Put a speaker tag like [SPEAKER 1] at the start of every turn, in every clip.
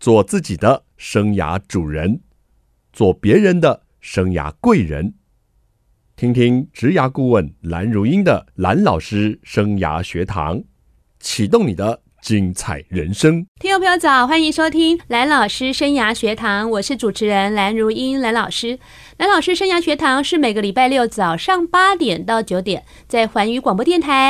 [SPEAKER 1] 做自己的生涯主人，做别人的生涯贵人。听听职涯顾问蓝如英的蓝老师生涯学堂，启动你的精彩人生。
[SPEAKER 2] 听众朋友早，欢迎收听蓝老师生涯学堂，我是主持人蓝如英蓝老师。蓝老师生涯学堂是每个礼拜六早上8点到9点，在环宇广播电台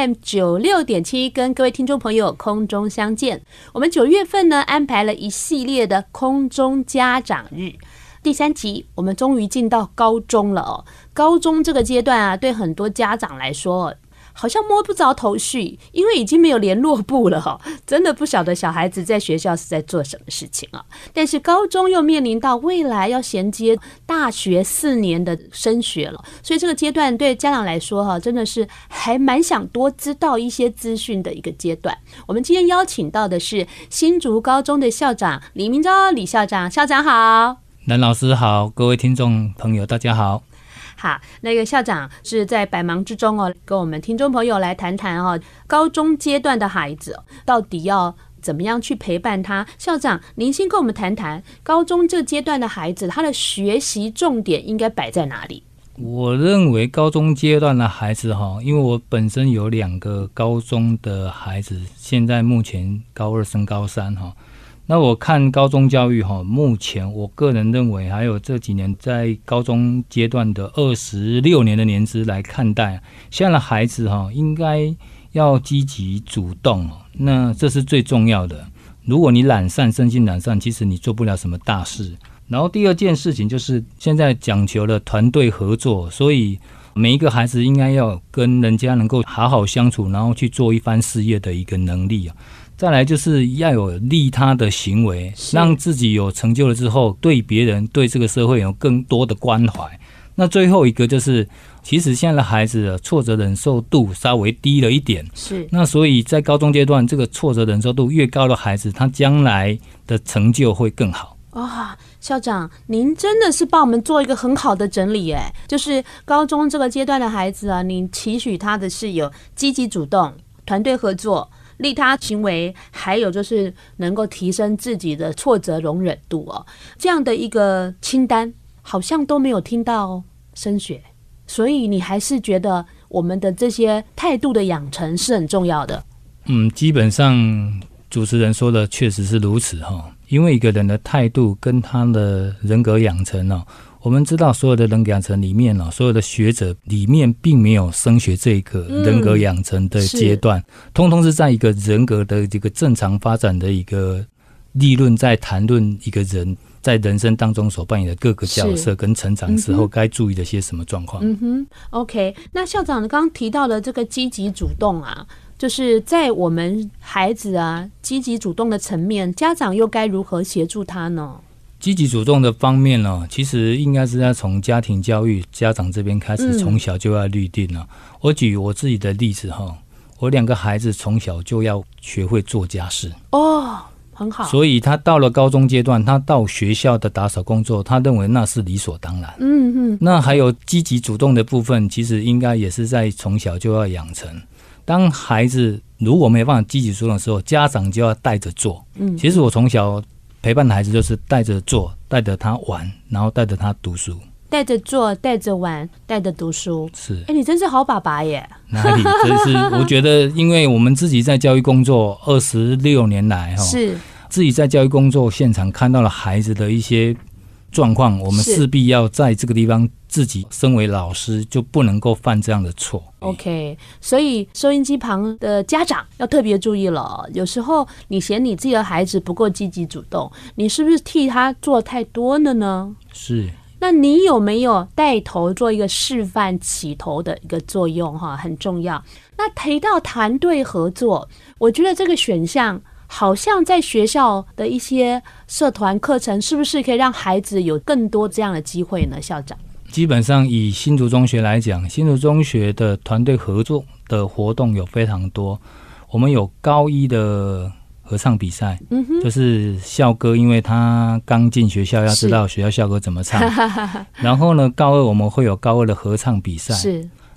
[SPEAKER 2] FM96.7 跟各位听众朋友空中相见。我们9月份呢安排了一系列的空中家长日。第3集我们终于进到高中了哦。高中这个阶段啊，对很多家长来说好像摸不着头绪，因为已经没有联络簿了哦，真的不晓得小孩子在学校是在做什么事情啊。但是高中又面临到未来要衔接大学4年的升学了，所以这个阶段对家长来说真的是还蛮想多知道一些资讯的一个阶段。我们今天邀请到的是新竹高中的校长李明昭李校长，校长好。
[SPEAKER 3] 蓝老师好，各位听众朋友大家好。
[SPEAKER 2] 好，那个校长是在百忙之中跟我们听众朋友来谈谈高中阶段的孩子到底要怎么样去陪伴他。校长，您先跟我们谈谈高中这个阶段的孩子，他的学习重点应该摆在哪里？
[SPEAKER 3] 我认为高中阶段的孩子因为我本身有2个高中的孩子，现在目前高2升高3那我看高中教育目前我个人认为，还有这几年在高中阶段的26年的年资来看待，现在的孩子应该要积极主动那这是最重要的。如果你懒散，身心懒散，其实你做不了什么大事。然后第二件事情就是现在讲求了团队合作，所以每一个孩子应该要跟人家能够好好相处，然后去做一番事业的一个能力再来就是要有利他的行为，让自己有成就了之后，对别人对这个社会有更多的关怀。那最后一个就是其实现在的孩子挫折忍受度稍微低了一点，
[SPEAKER 2] 是
[SPEAKER 3] 那所以在高中阶段这个挫折忍受度越高的孩子，他将来的成就会更好。
[SPEAKER 2] 校长您真的是帮我们做一个很好的整理耶，就是高中这个阶段的孩子您期许他的是有积极主动、团队合作、利他行为，还有就是能够提升自己的挫折容忍度这样的一个清单好像都没有听到升学，所以你还是觉得我们的这些态度的养成是很重要的。
[SPEAKER 3] 基本上主持人说的确实是如此因为一个人的态度跟他的人格养成我们知道所有的人格养成里面所有的学者里面并没有升学这个人格养成的阶段，通通是在一个人格的这个正常发展的一个理论，在谈论一个人在人生当中所扮演的各个角色跟成长时候该注意的些什么状况。
[SPEAKER 2] OK， 那校长刚刚提到的这个积极主动就是在我们孩子积极主动的层面，家长又该如何协助他呢？
[SPEAKER 3] 积极主动的方面其实应该是要从家庭教育家长这边开始，从小就要律定我举我自己的例子我2个孩子从小就要学会做家事
[SPEAKER 2] 很好，
[SPEAKER 3] 所以他到了高中阶段，他到学校的打扫工作，他认为那是理所当然。那还有积极主动的部分，其实应该也是在从小就要养成。当孩子如果没办法积极主动的时候，家长就要带着做。其实我从小陪伴的孩子就是带着做，带着他玩，然后带着他读书。
[SPEAKER 2] 带着做，带着玩，带着读书。
[SPEAKER 3] 是，
[SPEAKER 2] 你真是好爸爸耶！
[SPEAKER 3] 哪里？这是我觉得，因为我们自己在教育工作26年来
[SPEAKER 2] 是
[SPEAKER 3] 自己在教育工作现场看到了孩子的一些状况，我们势必要在这个地方自己身为老师就不能够犯这样的错。
[SPEAKER 2] OK， 所以收音机旁的家长要特别注意了，有时候你嫌你自己的孩子不够积极主动，你是不是替他做太多了呢？
[SPEAKER 3] 是。
[SPEAKER 2] 那你有没有带头做一个示范起头的一个作用很重要。那提到团队合作，我觉得这个选项好像在学校的一些社团课程，是不是可以让孩子有更多这样的机会呢？校长，
[SPEAKER 3] 基本上以新竹中学来讲，新竹中学的团队合作的活动有非常多。我们有高一的合唱比赛，就是校歌，因为他刚进学校要知道学校校歌怎么唱。然后呢，高二我们会有高二的合唱比赛。是。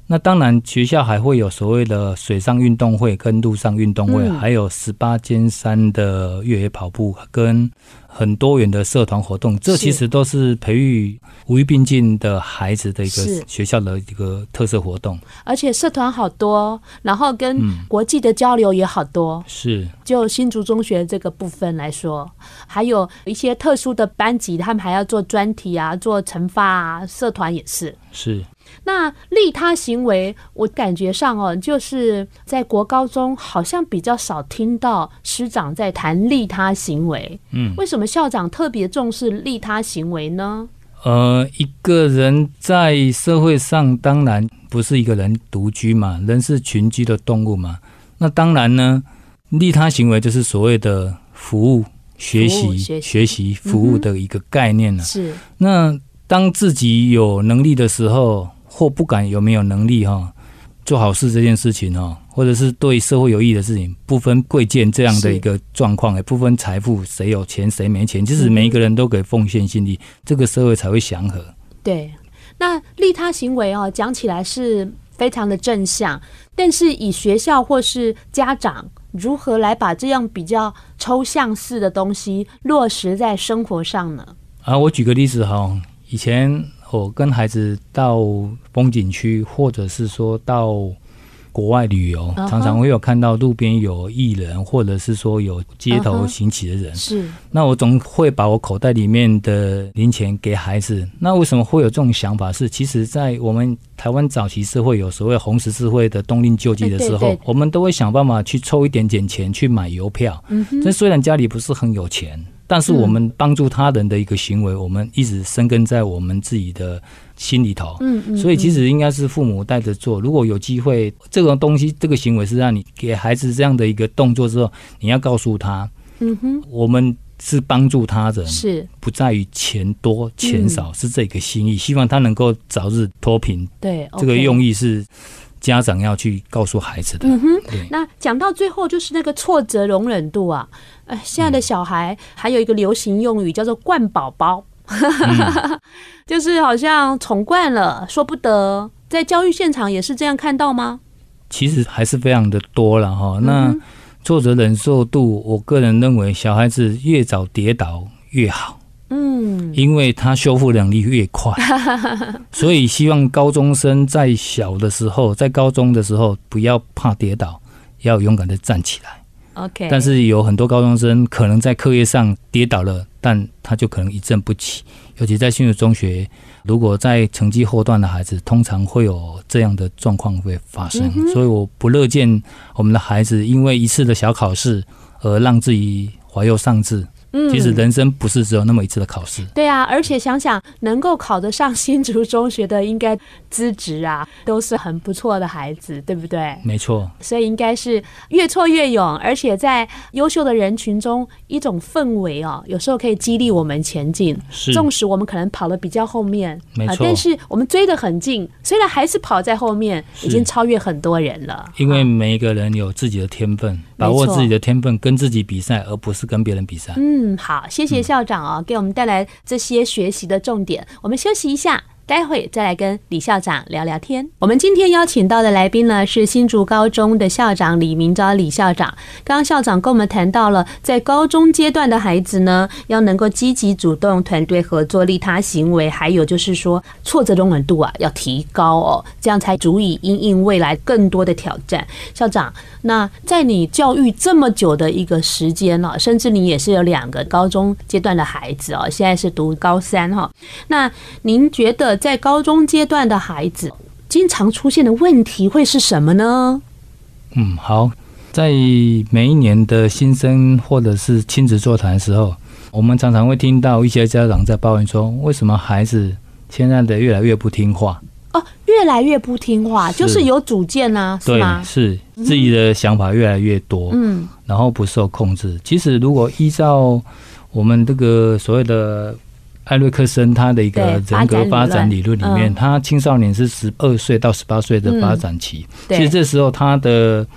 [SPEAKER 3] 那当然学校还会有所谓的水上运动会跟陆上运动会，还有18尖山的越野跑步跟很多元的社团活动，这其实都是培育无语并进的孩子的一个学校的一个特色活动。
[SPEAKER 2] 而且社团好多，然后跟国际的交流也好多。
[SPEAKER 3] 是，
[SPEAKER 2] 就新竹中学这个部分来说，还有一些特殊的班级，他们还要做专题啊，做惩罚啊，社团也是。
[SPEAKER 3] 是。
[SPEAKER 2] 那利他行为，我感觉上哦，就是在国高中好像比较少听到师长在谈利他行为。为什么校长特别重视利他行为呢？
[SPEAKER 3] 一个人在社会上当然不是一个人独居嘛，人是群居的动物嘛。那当然呢，利他行为就是所谓的服务、学习、服务的一个概念了。是。那当自己有能力的时候，或不管有没有能力做好事这件事情或者是对社会有益的事情，不分贵贱这样的一个状况，也不分财富，谁有钱谁没钱，即使每一个人都给奉献心力，这个社会才会祥和。
[SPEAKER 2] 对，那利他行为讲起来是非常的正向，但是以学校或是家长如何来把这样比较抽象式的东西落实在生活上呢？
[SPEAKER 3] 我举个例子以前我跟孩子到风景区，或者是说到国外旅游，常常会有看到路边有艺人，或者是说有街头行乞的人。是，那我总会把我口袋里面的零钱给孩子。那为什么会有这种想法？是其实在我们台湾早期社会有所谓红十字会的冬令救济的时候，我们都会想办法去凑一点点钱去买邮票。这虽然家里不是很有钱，但是我们帮助他人的一个行为，我们一直生根在我们自己的心里头。所以其实应该是父母带着做。如果有机会，这个东西这个行为是让你给孩子这样的一个动作之后，你要告诉他，我们是帮助他人，是不在于钱多钱少，是这个心意，希望他能够早日脱贫。对，这个用意是家长要去告诉孩子的。
[SPEAKER 2] 那讲到最后就是那个挫折容忍度啊，现在的小孩还有一个流行用语叫做惯宝宝，就是好像宠惯了，说不得。在教育现场也是这样看到吗？
[SPEAKER 3] 其实还是非常的多了哈。那挫折忍受度，我个人认为小孩子越早跌倒越好。因为他修复能力越快，所以希望高中生在小的时候，在高中的时候不要怕跌倒，要勇敢的站起来。
[SPEAKER 2] OK，
[SPEAKER 3] 但是有很多高中生可能在课业上跌倒了，但他就可能一振不起。尤其在新竹中学，如果在成绩后段的孩子，通常会有这样的状况会发生。所以我不乐见我们的孩子因为一次的小考试而让自己怀忧丧志。其实人生不是只有那么一次的考试。
[SPEAKER 2] 对啊，而且想想能够考得上新竹中学的，应该资质啊都是很不错的孩子，对不对？
[SPEAKER 3] 没错。
[SPEAKER 2] 所以应该是越挫越勇，而且在优秀的人群中，一种氛围有时候可以激励我们前进。纵使我们可能跑得比较后面，
[SPEAKER 3] 没错，
[SPEAKER 2] 但是我们追得很近，虽然还是跑在后面，已经超越很多人了。
[SPEAKER 3] 因为每一个人有自己的天分，把握自己的天分，跟自己比赛，而不是跟别人比赛。
[SPEAKER 2] 好，谢谢校长给我们带来这些学习的重点。我们休息一下，待会再来跟李校长聊聊天。我们今天邀请到的来宾呢，是新竹高中的校长李明昭李校长。刚刚校长跟我们谈到了，在高中阶段的孩子呢，要能够积极主动、团队合作、利他行为，还有就是说挫折容忍度要提高这样才足以因应未来更多的挑战。校长，那在你教育这么久的一个时间甚至你也是有2个高中阶段的孩子现在是读高3那您觉得在高中阶段的孩子经常出现的问题会是什么呢？
[SPEAKER 3] 好，在每一年的新生或者是亲子座谈的时候，我们常常会听到一些家长在抱怨说，为什么孩子现在的越来越不听话？
[SPEAKER 2] 越来越不听话，就是有主见是吗？
[SPEAKER 3] 对，是自己的想法越来越多，然后不受控制。其实如果依照我们这个所谓的艾瑞克森他的一个人格发展理论里面，他青少年是12岁到18岁的发展期，其实这时候他的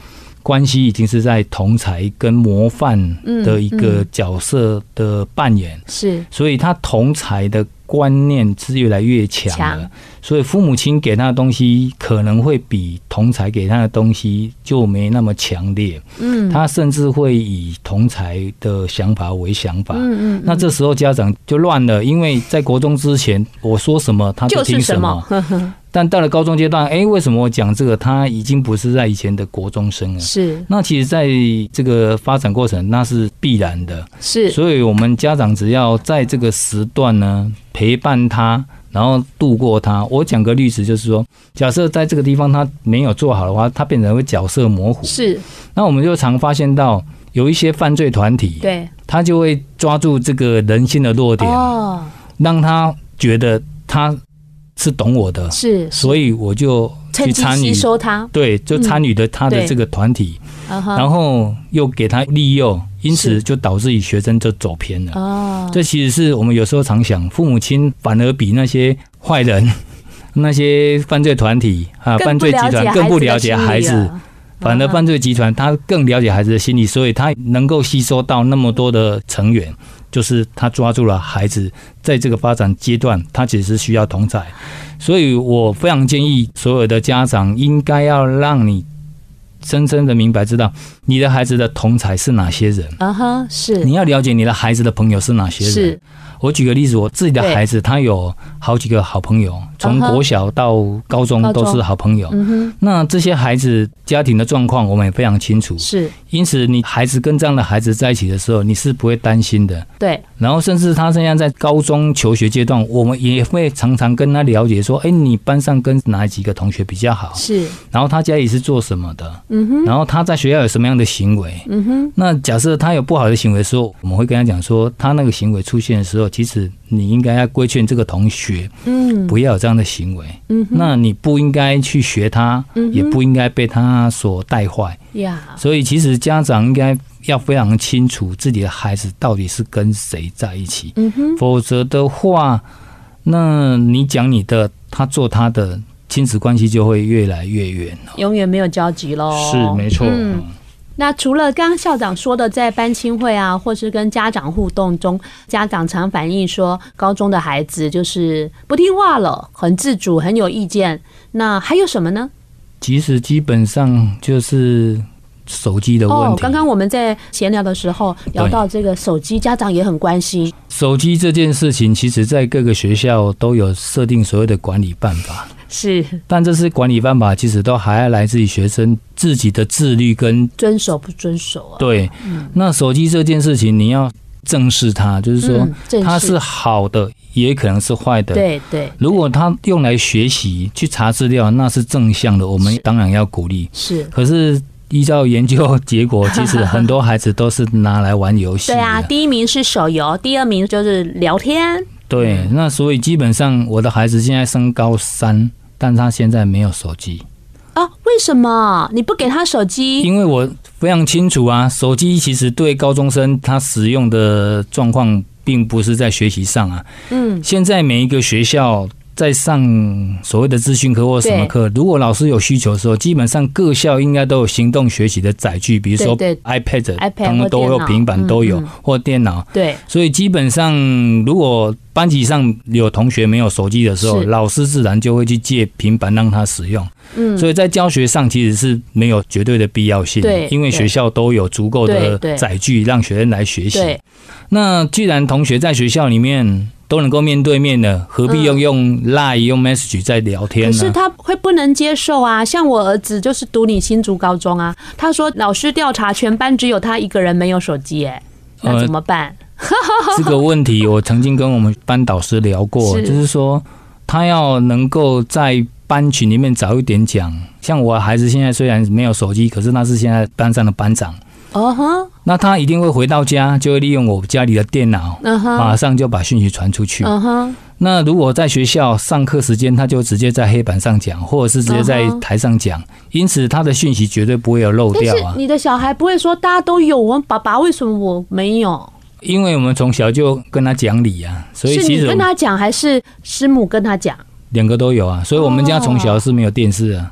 [SPEAKER 3] 关系已经是在同侪跟模范的一个角色的扮演，
[SPEAKER 2] 是，
[SPEAKER 3] 所以他同侪的观念是越来越强了，所以父母亲给他的东西可能会比同侪给他的东西就没那么强烈，他甚至会以同侪的想法为想法，那这时候家长就乱了，因为在国中之前我说什么他就听什么，但到了高中阶段，为什么我讲这个？他已经不是在以前的国中生了。是，那其实在这个发展过程，那是必然的。是，所以我们家长只要在这个时段呢陪伴他，然后度过他。我讲个例子，就是说，假设在这个地方他没有做好的话，他变成会角色模糊。是，那我们就常发现到有一些犯罪团体，对，他就会抓住这个人性的弱点，让他觉得他是懂我的，是，所以我就去参与，吸收他，对，就参与了他的这个团体，然后又给他利诱，因此就导致于学生就走偏了。哦，这其实是我们有时候常想，父母亲反而比那些坏人、那些犯罪团体犯罪集团更不了解孩子。反而犯罪集团他更了解孩子的心理，所以他能够吸收到那么多的成员，就是他抓住了孩子在这个发展阶段，他其实是需要同侪。所以我非常建议所有的家长应该要让你深深的明白知道你的孩子的同侪是哪些人，是，你要了解你的孩子的朋友是哪些人。是，我举个例子，我自己的孩子他有好几个好朋友，从国小到高中都是好朋友。那这些孩子家庭的状况我们也非常清楚，是，因此你孩子跟这样的孩子在一起的时候，你是不会担心的。对，然后甚至他现在在高中求学阶段，我们也会常常跟他了解说，你班上跟哪几个同学比较好，是，然后他家里是做什么的，然后他在学校有什么样的行为，那假设他有不好的行为的时候，我们会跟他讲说，他那个行为出现的时候，其实你应该要规劝这个同学，不要有这样的行为，那你不应该去学他，也不应该被他所带坏。所以其实家长应该要非常清楚自己的孩子到底是跟谁在一起，否则的话，那你讲你的，他做他的，亲子关系就会越来越远，
[SPEAKER 2] 永远没有交集咯。
[SPEAKER 3] 是，没错。
[SPEAKER 2] 那除了刚刚校长说的，在班亲会啊，或是跟家长互动中，家长常反映说，高中的孩子就是不听话了，很自主，很有意见。那还有什么呢？
[SPEAKER 3] 其实基本上就是手机的问题。
[SPEAKER 2] 刚刚我们在闲聊的时候聊到这个手机，家长也很关心。
[SPEAKER 3] 手机这件事情，其实在各个学校都有设定所谓的管理办法。是，但这些管理办法其实都还要来自于学生自己的自律跟
[SPEAKER 2] 遵守不遵守啊。
[SPEAKER 3] 对，那手机这件事情你要正视它，就是说它是好的，也可能是坏的。对对，如果它用来学习、去查资料，那是正向的，我们当然要鼓励。是，可是依照研究结果，其实很多孩子都是拿来玩游戏。
[SPEAKER 2] 对啊，第一名是手游，第二名就是聊天。
[SPEAKER 3] 对，那所以基本上我的孩子现在升高3，但他现在没有手机
[SPEAKER 2] 啊？为什么你不给他手机？
[SPEAKER 3] 因为我非常清楚啊，手机其实对高中生他使用的状况，并不是在学习上啊。现在每一个学校在上所谓的资讯课或什么课，如果老师有需求的时候，基本上各校应该都有行动学习的载具，比如说 iPad 他们都有，平板都有，或电脑。对，所以基本上如果班级上有同学没有手机的时候，老师自然就会去借平板让他使用。所以在教学上其实是没有绝对的必要性，因为学校都有足够的载具让学生来学习。那既然同学在学校里面都能够面对面的，何必用 Line 用 Message 在聊天呢？
[SPEAKER 2] 可是他会不能接受啊！像我儿子就是读你新竹高中啊，他说老师调查全班只有他一个人没有手机，那怎么办？
[SPEAKER 3] 这个问题我曾经跟我们班导师聊过，就是说他要能够在班群里面早一点讲。像我孩子现在虽然没有手机，可是他是现在班上的班长。那他一定会回到家，就会利用我家里的电脑，马上就把讯息传出去。那如果在学校上课时间，他就直接在黑板上讲，或者是直接在台上讲，因此他的讯息绝对不会有漏掉啊。
[SPEAKER 2] 但是你的小孩不会说大家都有，我爸爸为什么我没有？
[SPEAKER 3] 因为我们从小就跟他讲理啊，所以其实
[SPEAKER 2] 是你跟他讲，还是师母跟他讲？
[SPEAKER 3] 两个都有啊，所以我们家从小是没有电视啊。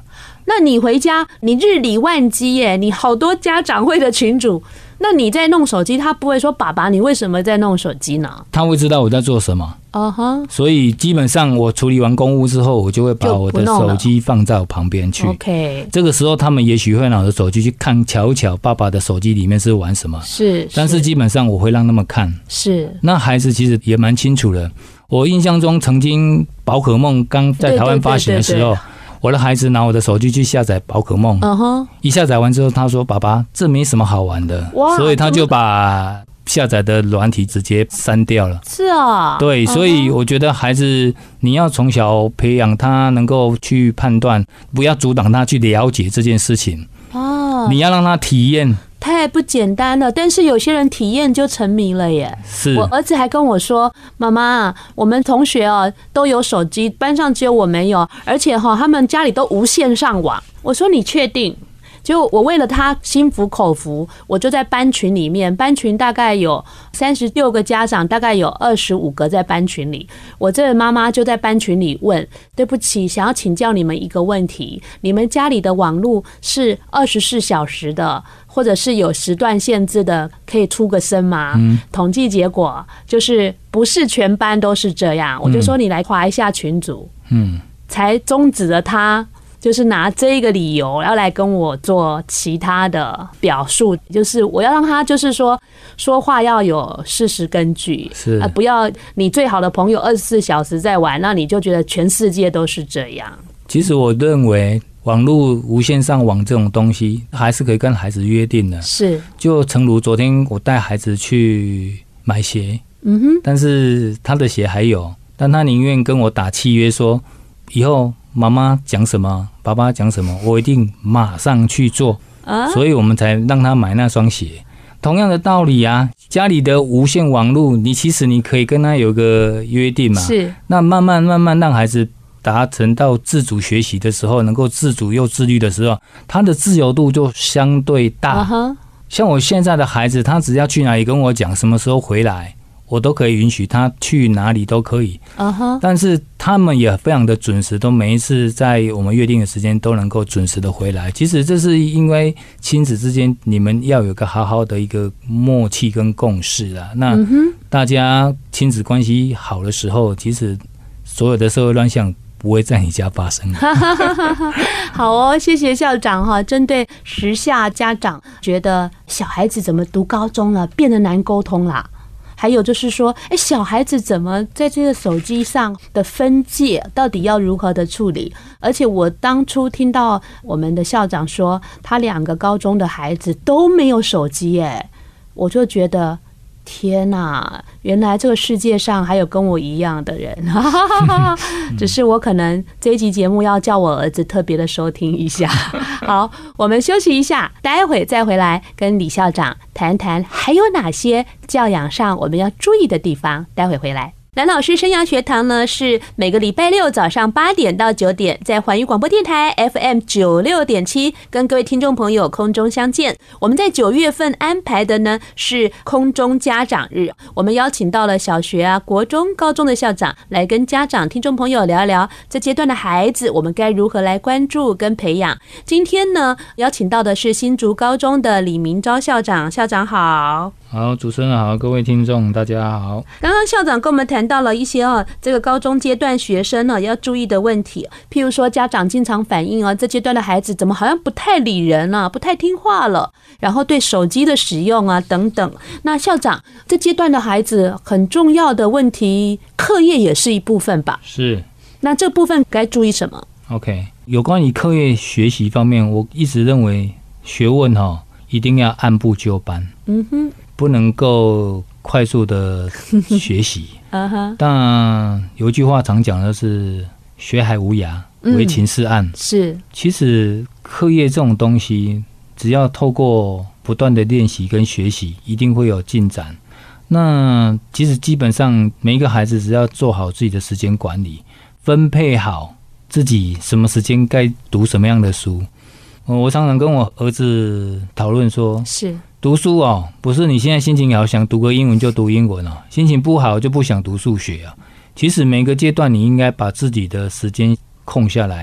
[SPEAKER 2] 那你回家，你日理万机耶，你好多家长会的群组，那你在弄手机，他不会说爸爸你为什么在弄手机呢？
[SPEAKER 3] 他会知道我在做什么。所以基本上我处理完公务之后，我就会把我的手机放在我旁边去。
[SPEAKER 2] OK，
[SPEAKER 3] 这个时候他们也许会拿我的手机去看，瞧一瞧爸爸的手机里面是玩什么。
[SPEAKER 2] 是，
[SPEAKER 3] 但是基本上我会让他们看。
[SPEAKER 2] 是，
[SPEAKER 3] 那孩子其实也蛮清楚的。我印象中曾经宝可梦刚在台湾发行的时候，我的孩子拿我的手机去下载宝可梦，一下载完之后，他说：“爸爸，这没什么好玩的。”所以他就把下载的软体直接删掉了。
[SPEAKER 2] 是啊，
[SPEAKER 3] 对，所以我觉得孩子你要从小培养他能够去判断，不要阻挡他去了解这件事情。你要让他体验。
[SPEAKER 2] 太不简单了，但是有些人体验就沉迷了耶。
[SPEAKER 3] 是，
[SPEAKER 2] 我儿子还跟我说：“妈妈，我们同学都有手机，班上只有我没有，而且他们家里都无线上网。”我说：“你确定？”就我为了他心服口服，我就在班群里面，班群大概有36个家长，大概有25个在班群里。我这个妈妈就在班群里问：“对不起，想要请教你们一个问题，你们家里的网络是24小时的，或者是有时段限制的，可以出个声吗？”统计结果就是不是全班都是这样。我就说你来滑一下群组，才终止了他。就是拿这个理由要来跟我做其他的表述，就是我要让他就是说话要有事实根据，是不要你最好的朋友24小时在玩，那你就觉得全世界都是这样。
[SPEAKER 3] 其实我认为网络无线上网这种东西还是可以跟孩子约定的，是就诚如昨天我带孩子去买鞋，但是他的鞋还有，但他宁愿跟我打契约说以后妈妈讲什么，爸爸讲什么，我一定马上去做，所以我们才让他买那双鞋。同样的道理啊，家里的无线网络，其实你可以跟他有个约定嘛，是那慢慢让孩子达成到自主学习的时候，能够自主又自律的时候，他的自由度就相对大。像我现在的孩子，他只要去哪里跟我讲什么时候回来，我都可以允许他去哪里都可以，但是他们也非常的准时，都每一次在我们约定的时间都能够准时的回来。其实这是因为亲子之间你们要有个好好的一个默契跟共识啦。那大家亲子关系好的时候，其实所有的社会乱象不会在你家发生。
[SPEAKER 2] 好哦，谢谢校长针对时下家长觉得小孩子怎么读高中了变得难沟通啦，还有就是说，小孩子怎么在这个手机上的分界，到底要如何的处理？而且我当初听到我们的校长说，他2个高中的孩子都没有手机，我就觉得天哪，原来这个世界上还有跟我一样的人，只是我可能这一集节目要叫我儿子特别的收听一下。好，我们休息一下，待会再回来跟李校长谈谈还有哪些教养上我们要注意的地方。待会回来。蓝老师生涯学堂呢，是每个礼拜六早上8点到9点，在环宇广播电台 FM 96.7跟各位听众朋友空中相见。我们在9月份安排的呢是空中家长日，我们邀请到了小学国中、高中的校长来跟家长、听众朋友聊一聊这阶段的孩子，我们该如何来关注跟培养。今天呢，邀请到的是新竹高中的李明昭校长，校长好。
[SPEAKER 3] 好，主持人好，各位听众大家好。
[SPEAKER 2] 刚刚校长跟我们谈到了一些这个高中阶段学生要注意的问题，譬如说家长经常反映这阶段的孩子怎么好像不太理人了，不太听话了，然后对手机的使用等等。那校长，这阶段的孩子很重要的问题，课业也是一部分吧？是。那这部分该注意什么
[SPEAKER 3] ？OK， 有关于课业学习方面，我一直认为学问一定要按部就班。不能够快速的学习。但有一句话常讲的是学海无涯，唯勤是岸。是，其实课业这种东西，只要透过不断的练习跟学习，一定会有进展。那其实基本上每一个孩子只要做好自己的时间管理，分配好自己什么时间该读什么样的书。我常常跟我儿子讨论说，是读书不是你现在心情好想读个英文就读英文心情不好就不想读数学其实每个阶段你应该把自己的时间空下来，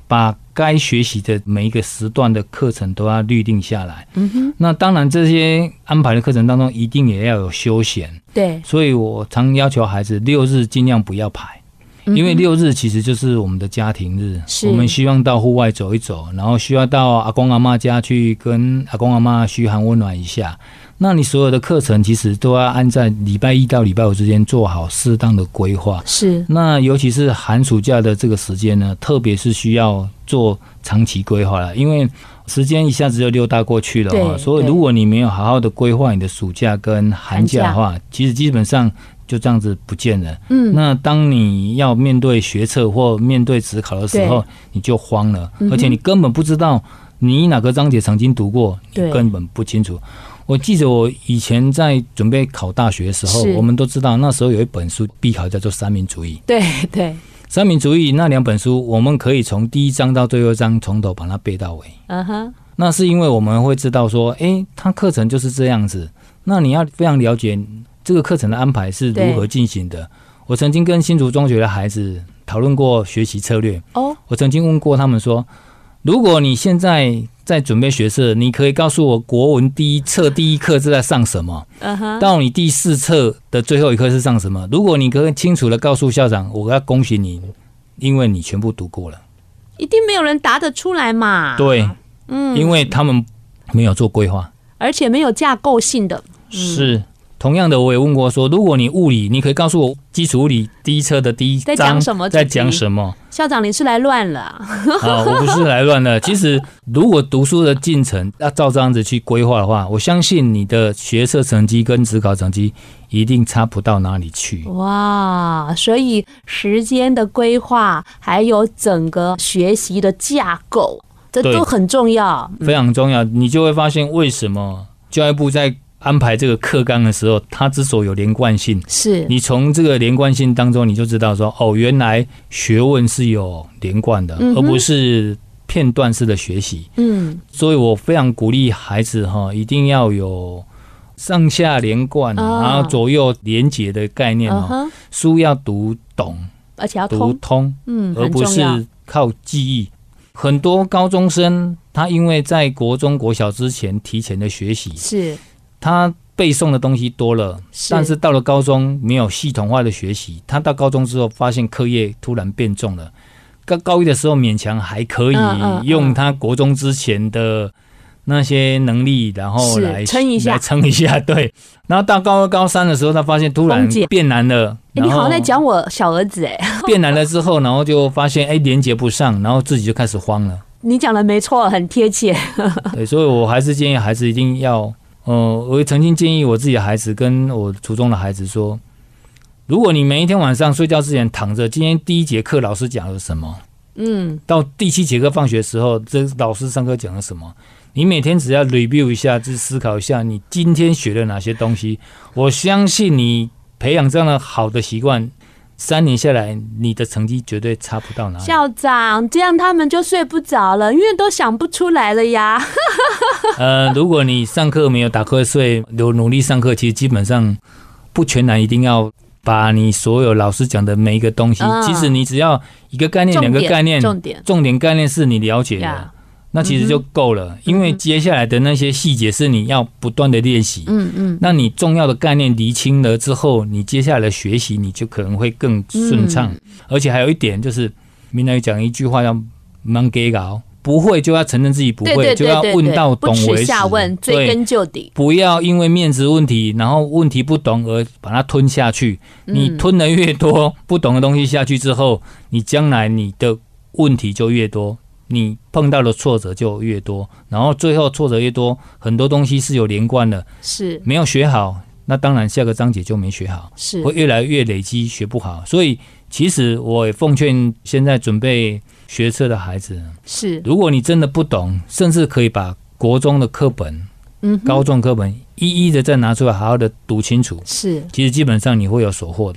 [SPEAKER 3] 把该学习的每一个时段的课程都要律定下来。那当然这些安排的课程当中一定也要有休闲，
[SPEAKER 2] 对，
[SPEAKER 3] 所以我常要求孩子6日尽量不要排，因为6日其实就是我们的家庭日，我们希望到户外走一走，然后需要到阿公阿嬷家去跟阿公阿嬷嘘寒问暖一下。那你所有的课程其实都要按在礼拜1到礼拜5之间做好适当的规划。
[SPEAKER 2] 是，
[SPEAKER 3] 那尤其是寒暑假的这个时间呢，特别是需要做长期规划了，因为时间一下子就溜达过去了，所以如果你没有好好的规划你的暑假跟寒假的话，其实基本上就这样子不见了。那当你要面对学测或面对指考的时候，你就慌了，而且你根本不知道你哪个章节曾经读过，你根本不清楚。我记得我以前在准备考大学的时候，我们都知道那时候有一本书必考叫做三民主义。
[SPEAKER 2] 对对，
[SPEAKER 3] 三民主义那2本书，我们可以从第1章到最后一章从头把它背到尾。那是因为我们会知道说，它课程就是这样子。那你要非常了解这个课程的安排是如何进行的。我曾经跟新竹中学的孩子讨论过学习策略。我曾经问过他们说，如果你现在在准备学测，你可以告诉我国文第1册第1课是在上什么，到你第4册的最后一课是上什么。如果你可以清楚的告诉校长，我要恭喜你，因为你全部读过了。
[SPEAKER 2] 一定没有人答得出来嘛。
[SPEAKER 3] 对，因为他们没有做规划，
[SPEAKER 2] 而且没有架构性的。
[SPEAKER 3] 是。同样的，我也问过说，如果你物理，你可以告诉我基础物理第1册的第1章在讲什么？
[SPEAKER 2] 校长，你是来乱了
[SPEAKER 3] 我不是来乱的。其实，如果读书的进程要照这样子去规划的话，我相信你的学测成绩跟指考成绩一定差不到哪里去。
[SPEAKER 2] 哇，所以时间的规划，还有整个学习的架构，这都很重要，
[SPEAKER 3] 非常重要。你就会发现为什么教育部在安排这个课纲的时候，它之所以有连贯性，
[SPEAKER 2] 是
[SPEAKER 3] 你从这个连贯性当中，你就知道说，原来学问是有连贯的，而不是片段式的学习。所以我非常鼓励孩子一定要有上下连贯，然后左右连结的概念。书要读懂，
[SPEAKER 2] 而且要
[SPEAKER 3] 读通，而不是靠记忆。很多高中生他因为在国中国小之前提前的学习，
[SPEAKER 2] 是
[SPEAKER 3] 他背诵的东西多了，但是到了高中没有系统化的学习，他到高中之后发现课业突然变重了。高一的时候勉强还可以用他国中之前的那些能力，然后来撑一下，对。然后到高2、高3的时候，他发现突然变难了。
[SPEAKER 2] 你好像在讲我小儿子
[SPEAKER 3] 变难了之后，然后就发现连接不上，然后自己就开始慌了。
[SPEAKER 2] 你讲的没错，很贴切。
[SPEAKER 3] 对，所以我还是建议孩子一定要。我曾经建议我自己的孩子跟我初中的孩子说，如果你每一天晚上睡觉之前躺着，今天第1节课老师讲了什么，到第7节课放学的时候，这老师上课讲了什么，你每天只要 review 一下，就思考一下你今天学了哪些东西，我相信你培养这样的好的习惯，3年下来，你的成绩绝对差不到哪里。
[SPEAKER 2] 校长，这样他们就睡不着了，因为都想不出来了呀。
[SPEAKER 3] 如果你上课没有打瞌睡，有努力上课，其实基本上不全然一定要把你所有老师讲的每一个东西，其实你只要一个概念、2个概念，重点概念是你了解的。那其实就够了，因为接下来的那些细节是你要不断的练习。那你重要的概念厘清了之后，你接下来的学习你就可能会更顺畅。而且还有一点就是，闽南语讲一句话叫"茫给搞"，不会就要承认自己不会，就要问到懂为止，
[SPEAKER 2] 不耻下问，追根究底。
[SPEAKER 3] 不要因为面子问题，然后问题不懂而把它吞下去。你吞的越多，不懂的东西下去之后，你将来你的问题就越多。你碰到的挫折就越多，然后最后挫折越多，很多东西是有连贯的，
[SPEAKER 2] 是没
[SPEAKER 3] 有学好，那当然下个章节就没学好，
[SPEAKER 2] 是
[SPEAKER 3] 会越来越累积学不好。所以其实我也奉劝现在准备学测的孩子，
[SPEAKER 2] 是
[SPEAKER 3] 如果你真的不懂，甚至可以把国中的课本、高中课本一一的再拿出来好好的读清楚，
[SPEAKER 2] 是
[SPEAKER 3] 其实基本上你会有所获的。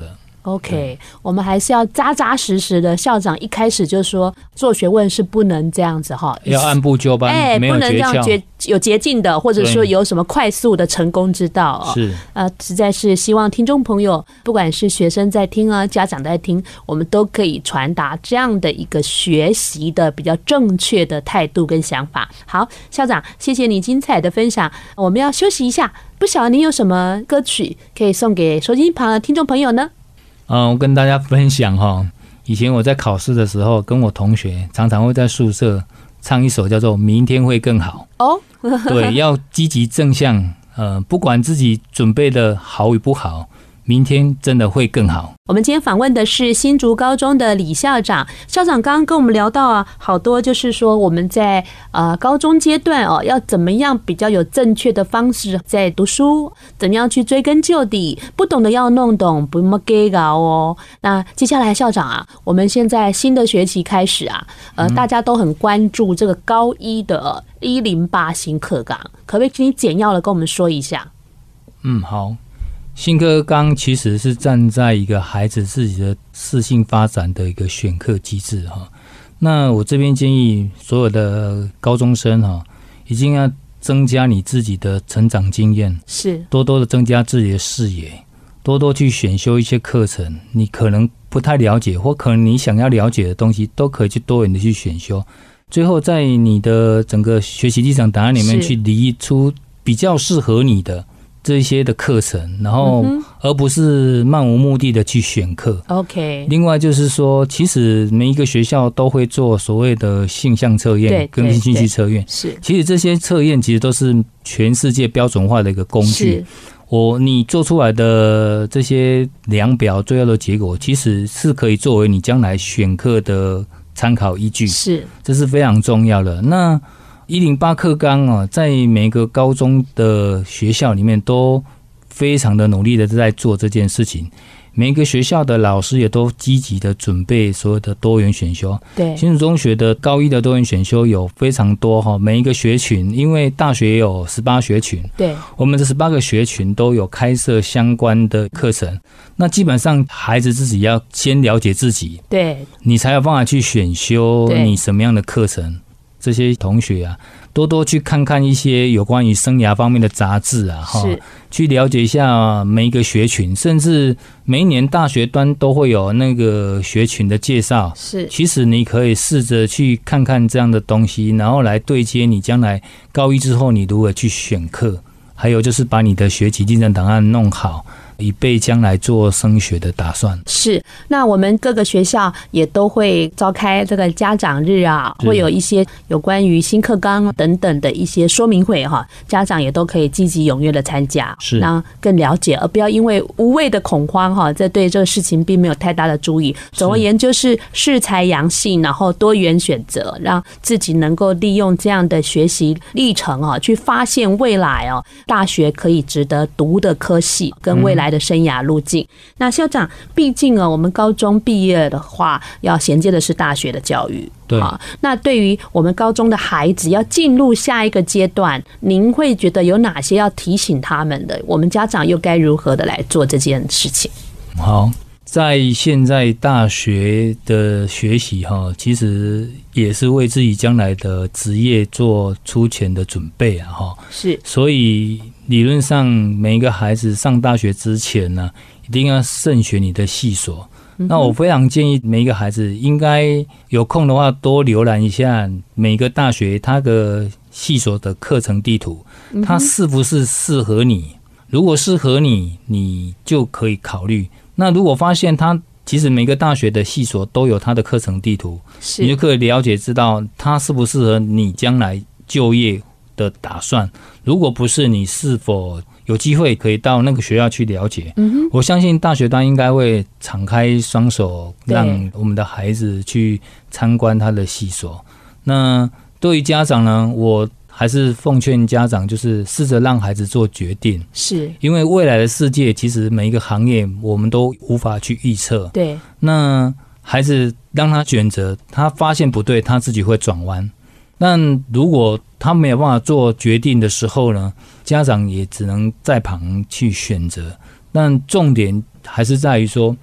[SPEAKER 2] OK， 我们还是要扎扎实实的。校长一开始就说，做学问是不能这样子哈，
[SPEAKER 3] 要按部就班，没有
[SPEAKER 2] 不能这样
[SPEAKER 3] 诀窍，
[SPEAKER 2] 有捷径的，或者说有什么快速的成功之道哦。
[SPEAKER 3] 是
[SPEAKER 2] 实在是希望听众朋友，不管是学生在听啊，家长在听，我们都可以传达这样的一个学习的比较正确的态度跟想法。好，校长，谢谢你精彩的分享。我们要休息一下，不晓得你有什么歌曲可以送给收音旁的听众朋友呢？
[SPEAKER 3] 我跟大家分享哈，以前我在考试的时候，跟我同学常常会在宿舍唱一首叫做《明天会更好》哦。对，要积极正向，不管自己准备的好与不好，明天真的会更好。
[SPEAKER 2] 我们今天访问的是新竹高中的李校长。校长刚刚跟我们聊到啊，好多就是说我们在高中阶段哦，要怎么样比较有正确的方式在读书，怎么样去追根究底，不懂的要弄懂，不要给搞哦。那接下来校长啊，我们现在新的学期开始啊，大家都很关注这个高一的108新课纲，可不可以请你简要的跟我们说一下？
[SPEAKER 3] 好。新课纲其实是站在一个孩子自己的适性发展的一个选课机制哈。那我这边建议所有的高中生哈，一定要增加你自己的成长经验，是多多的增加自己的视野，多多去选修一些课程，你可能不太了解或可能你想要了解的东西，都可以去多元的去选修。最后在你的整个学习历程档案里面去理出比较适合你的这些的课程，然后而不是漫无目的的去选课。OK。另外就是说，其实每一个学校都会做所谓的性向测验跟兴趣测验，是。其实这些测验其实都是全世界标准化的一个工具。你做出来的这些量表最后的结果，其实是可以作为你将来选课的参考依据。是，这是非常重要的。那108课纲啊，在每个高中的学校里面都非常的努力的在做这件事情。每个学校的老师也都积极的准备所有的多元选修。对，新竹中学的高一的多元选修有非常多哈，每一个学群，因为大学也有18学群，对，我们的18个学群都有开设相关的课程。那基本上孩子自己要先了解自己，对，你才有办法去选修你什么样的课程。这些同学啊，多多去看看一些有关于生涯方面的杂志啊，去了解一下每一个学群，甚至每一年大学端都会有那个学群的介绍。是，其实你可以试着去看看这样的东西，然后来对接你将来高一之后你如何去选课，还有就是把你的学习历程档案弄好，以备将来做升学的打算。是，那我们各个学校也都会召开这个家长日啊，会有一些有关于新课纲等等的一些说明会哈，家长也都可以积极踊跃的参加，是让更了解，而不要因为无谓的恐慌哈，这对这个事情并没有太大的注意。总而言之，就是适才扬性，然后多元选择，让自己能够利用这样的学习历程啊，去发现未来哦大学可以值得读的科系跟未来的生涯路径。那校长，毕竟我们高中毕业的话，要衔接的是大学的教育。对啊，那对于我们高中的孩子要进入下一个阶段，您会觉得有哪些要提醒他们的？我们家长又该如何的来做这件事情？好，在现在大学的学习哈，其实也是为自己将来的职业做出前的准备啊哈。是，所以理论上每一个孩子上大学之前呢，一定要慎选你的系所。那我非常建议每一个孩子应该有空的话多浏览一下每个大学它的系所的课程地图，它是不是适合你？如果适合你，你就可以考虑。那如果发现它其实每个大学的系所都有它的课程地图，你就可以了解知道它适不适合你将来就业的打算。如果不是，你是否有机会可以到那个学校去了解？我相信大学端应该会敞开双手，让我们的孩子去参观他的系所。那对于家长呢，我还是奉劝家长，就是试着让孩子做决定，是因为未来的世界其实每一个行业我们都无法去预测。对，那孩子让他选择，他发现不对，他自己会转弯。但如果他没有办法做决定的时候呢，家长也只能在旁去选择。但重点还是在于说，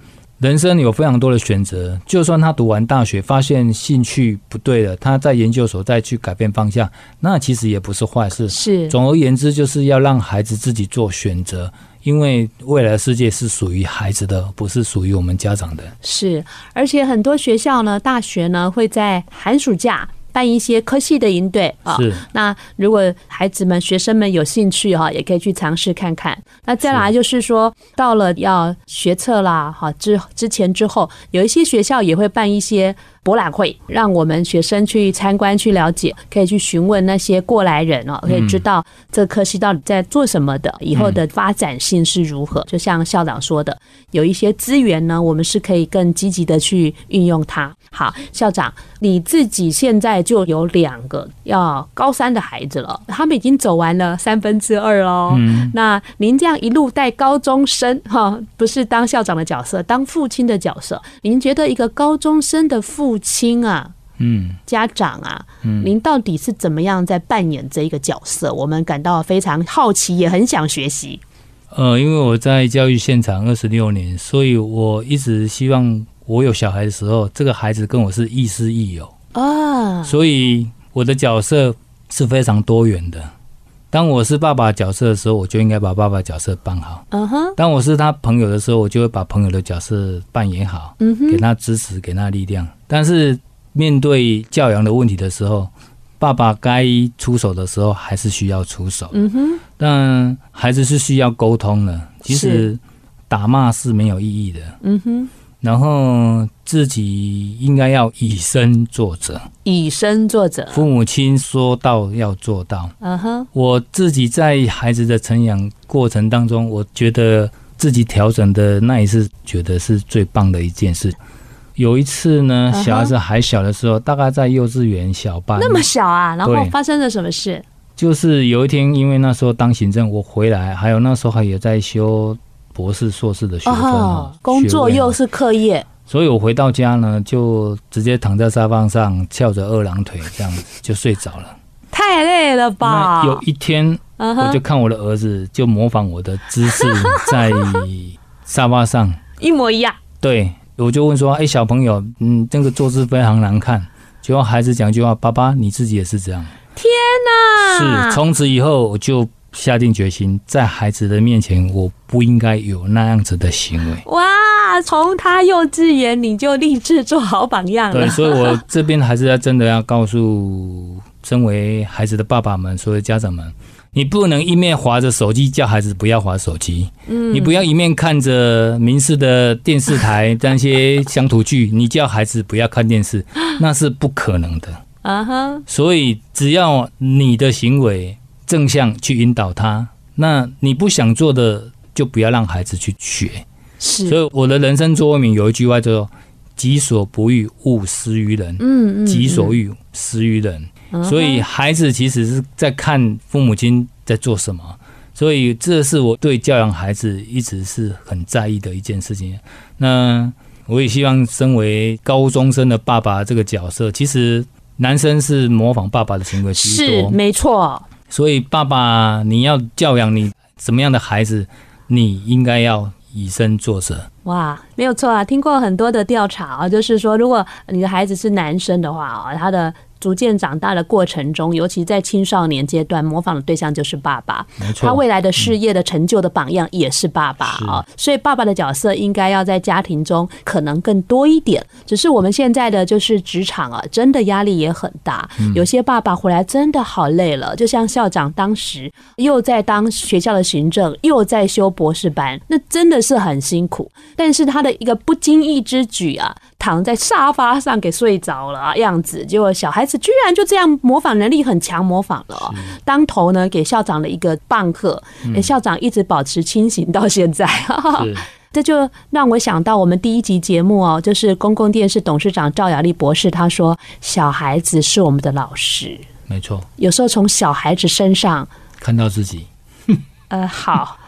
[SPEAKER 3] 人生有非常多的选择，就算他读完大学发现兴趣不对了，他在研究所再去改变方向，那其实也不是坏事。
[SPEAKER 2] 是，
[SPEAKER 3] 总而言之，就是要让孩子自己做选择，因为未来的世界是属于孩子的，不是属于我们家长的。
[SPEAKER 2] 是，而且很多学校呢，大学呢会在寒暑假办一些科系的营队啊，那如果孩子们、学生们有兴趣哈，也可以去尝试看看。那再来就是说，到了要学测啦，哈之前之后，有一些学校也会办一些博览会，让我们学生去参观、去了解，可以去询问那些过来人哦，可以知道这个科系到底在做什么的，以后的发展性是如何。就像校长说的，有一些资源呢，我们是可以更积极的去运用它。好，校长，你自己现在就有2个要高3的孩子了，他们已经走完了2/3喽。那您这样一路带高中生哈，不是当校长的角色，当父亲的角色，您觉得一个高中生的父亲啊，家长啊，您到底是怎么样在扮演这一个角色？我们感到非常好奇，也很想学习。
[SPEAKER 3] 因为我在教育现场26年，所以我一直希望我有小孩的时候，这个孩子跟我是亦师亦友啊，所以我的角色是非常多元的。当我是爸爸角色的时候，我就应该把爸爸角色扮好。当我是他朋友的时候，我就会把朋友的角色扮演好，给他支持，给他力量。但是面对教养的问题的时候，爸爸该出手的时候还是需要出手。但孩子是需要沟通的，其实打骂是没有意义的。然后自己应该要以身作则，以身作则。父母亲说到要做到。我自己在孩子的成长过程当中，我觉得自己调整的那一次，觉得是最棒的一件事。有一次呢，小孩子还小的时候，大概在幼稚园小班，
[SPEAKER 2] 那么小啊，然后发生了什么事？
[SPEAKER 3] 就是有一天，因为那时候当行政，我回来，还有那时候还有在修博士、硕士的学分，
[SPEAKER 2] 工作又是课业，
[SPEAKER 3] 所以我回到家呢，就直接躺在沙发上，翘着2郎腿，这样子就睡着了。
[SPEAKER 2] 太累了吧？
[SPEAKER 3] 有一天，我就看我的儿子，就模仿我的姿势，在沙发上
[SPEAKER 2] 一模一样。
[SPEAKER 3] 对，我就问说：“小朋友，这个坐姿非常难看。”结果孩子讲一句话：“爸爸，你自己也是这样。”
[SPEAKER 2] 天哪！
[SPEAKER 3] 是，从此以后我就下定决心，在孩子的面前，我不应该有那样子的行为。
[SPEAKER 2] 哇！从他幼稚园你就立志做好榜样了。
[SPEAKER 3] 对，所以我这边还是要真的要告诉身为孩子的爸爸们，所有家长们，你不能一面滑着手机叫孩子不要滑手机，你不要一面看着民视的电视台那些乡土剧，你叫孩子不要看电视，那是不可能的。所以只要你的行为正向去引导他，那你不想做的就不要让孩子去学。所以我的人生座右铭有一句话叫做己所不欲，勿施于人。己所欲，施于人。所以孩子其实是在看父母亲在做什么，所以这是我对教养孩子一直是很在意的一件事情。那我也希望身为高中生的爸爸这个角色，其实男生是模仿爸爸的行为居多，
[SPEAKER 2] 是没错。
[SPEAKER 3] 所以爸爸，你要教养你什么样的孩子，你应该要以身作则。
[SPEAKER 2] 哇，没有错啊！听过很多的调查啊，就是说，如果你的孩子是男生的话啊，他的逐渐长大的过程中，尤其在青少年阶段，模仿的对象就是爸爸。
[SPEAKER 3] 没错，
[SPEAKER 2] 他未来的事业的成就的榜样也是爸爸啊，所以爸爸的角色应该要在家庭中可能更多一点。只是我们现在的就是职场啊，真的压力也很大。有些爸爸回来真的好累了，就像校长当时又在当学校的行政，又在修博士班，那真的是很辛苦。但是他的一个不经意之举啊，躺在沙发上给睡着了样子，结果小孩子居然就这样模仿能力很强，模仿了当头呢给校长的一个棒喝，校长一直保持清醒到现在。这就让我想到我们第1集节目哦，就是公共电视董事长赵雅丽博士他说，小孩子是我们的老师。
[SPEAKER 3] 没错，
[SPEAKER 2] 有时候从小孩子身上
[SPEAKER 3] 看到自己。
[SPEAKER 2] 好。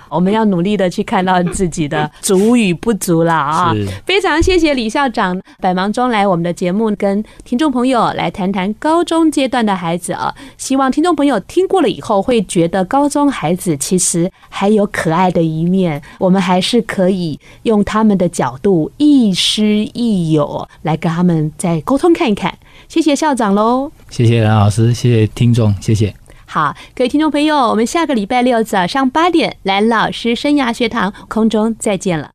[SPEAKER 2] 我们要努力的去看到自己的足与不足了啊！非常谢谢李校长百忙中来我们的节目，跟听众朋友来谈谈高中阶段的孩子啊。希望听众朋友听过了以后，会觉得高中孩子其实还有可爱的一面，我们还是可以用他们的角度亦师亦友来跟他们再沟通看一看。谢谢校长喽，
[SPEAKER 3] 谢谢蓝老师，谢谢听众，谢谢。
[SPEAKER 2] 好，各位听众朋友，我们下个礼拜六早上8点，蓝老师生涯学堂空中再见了。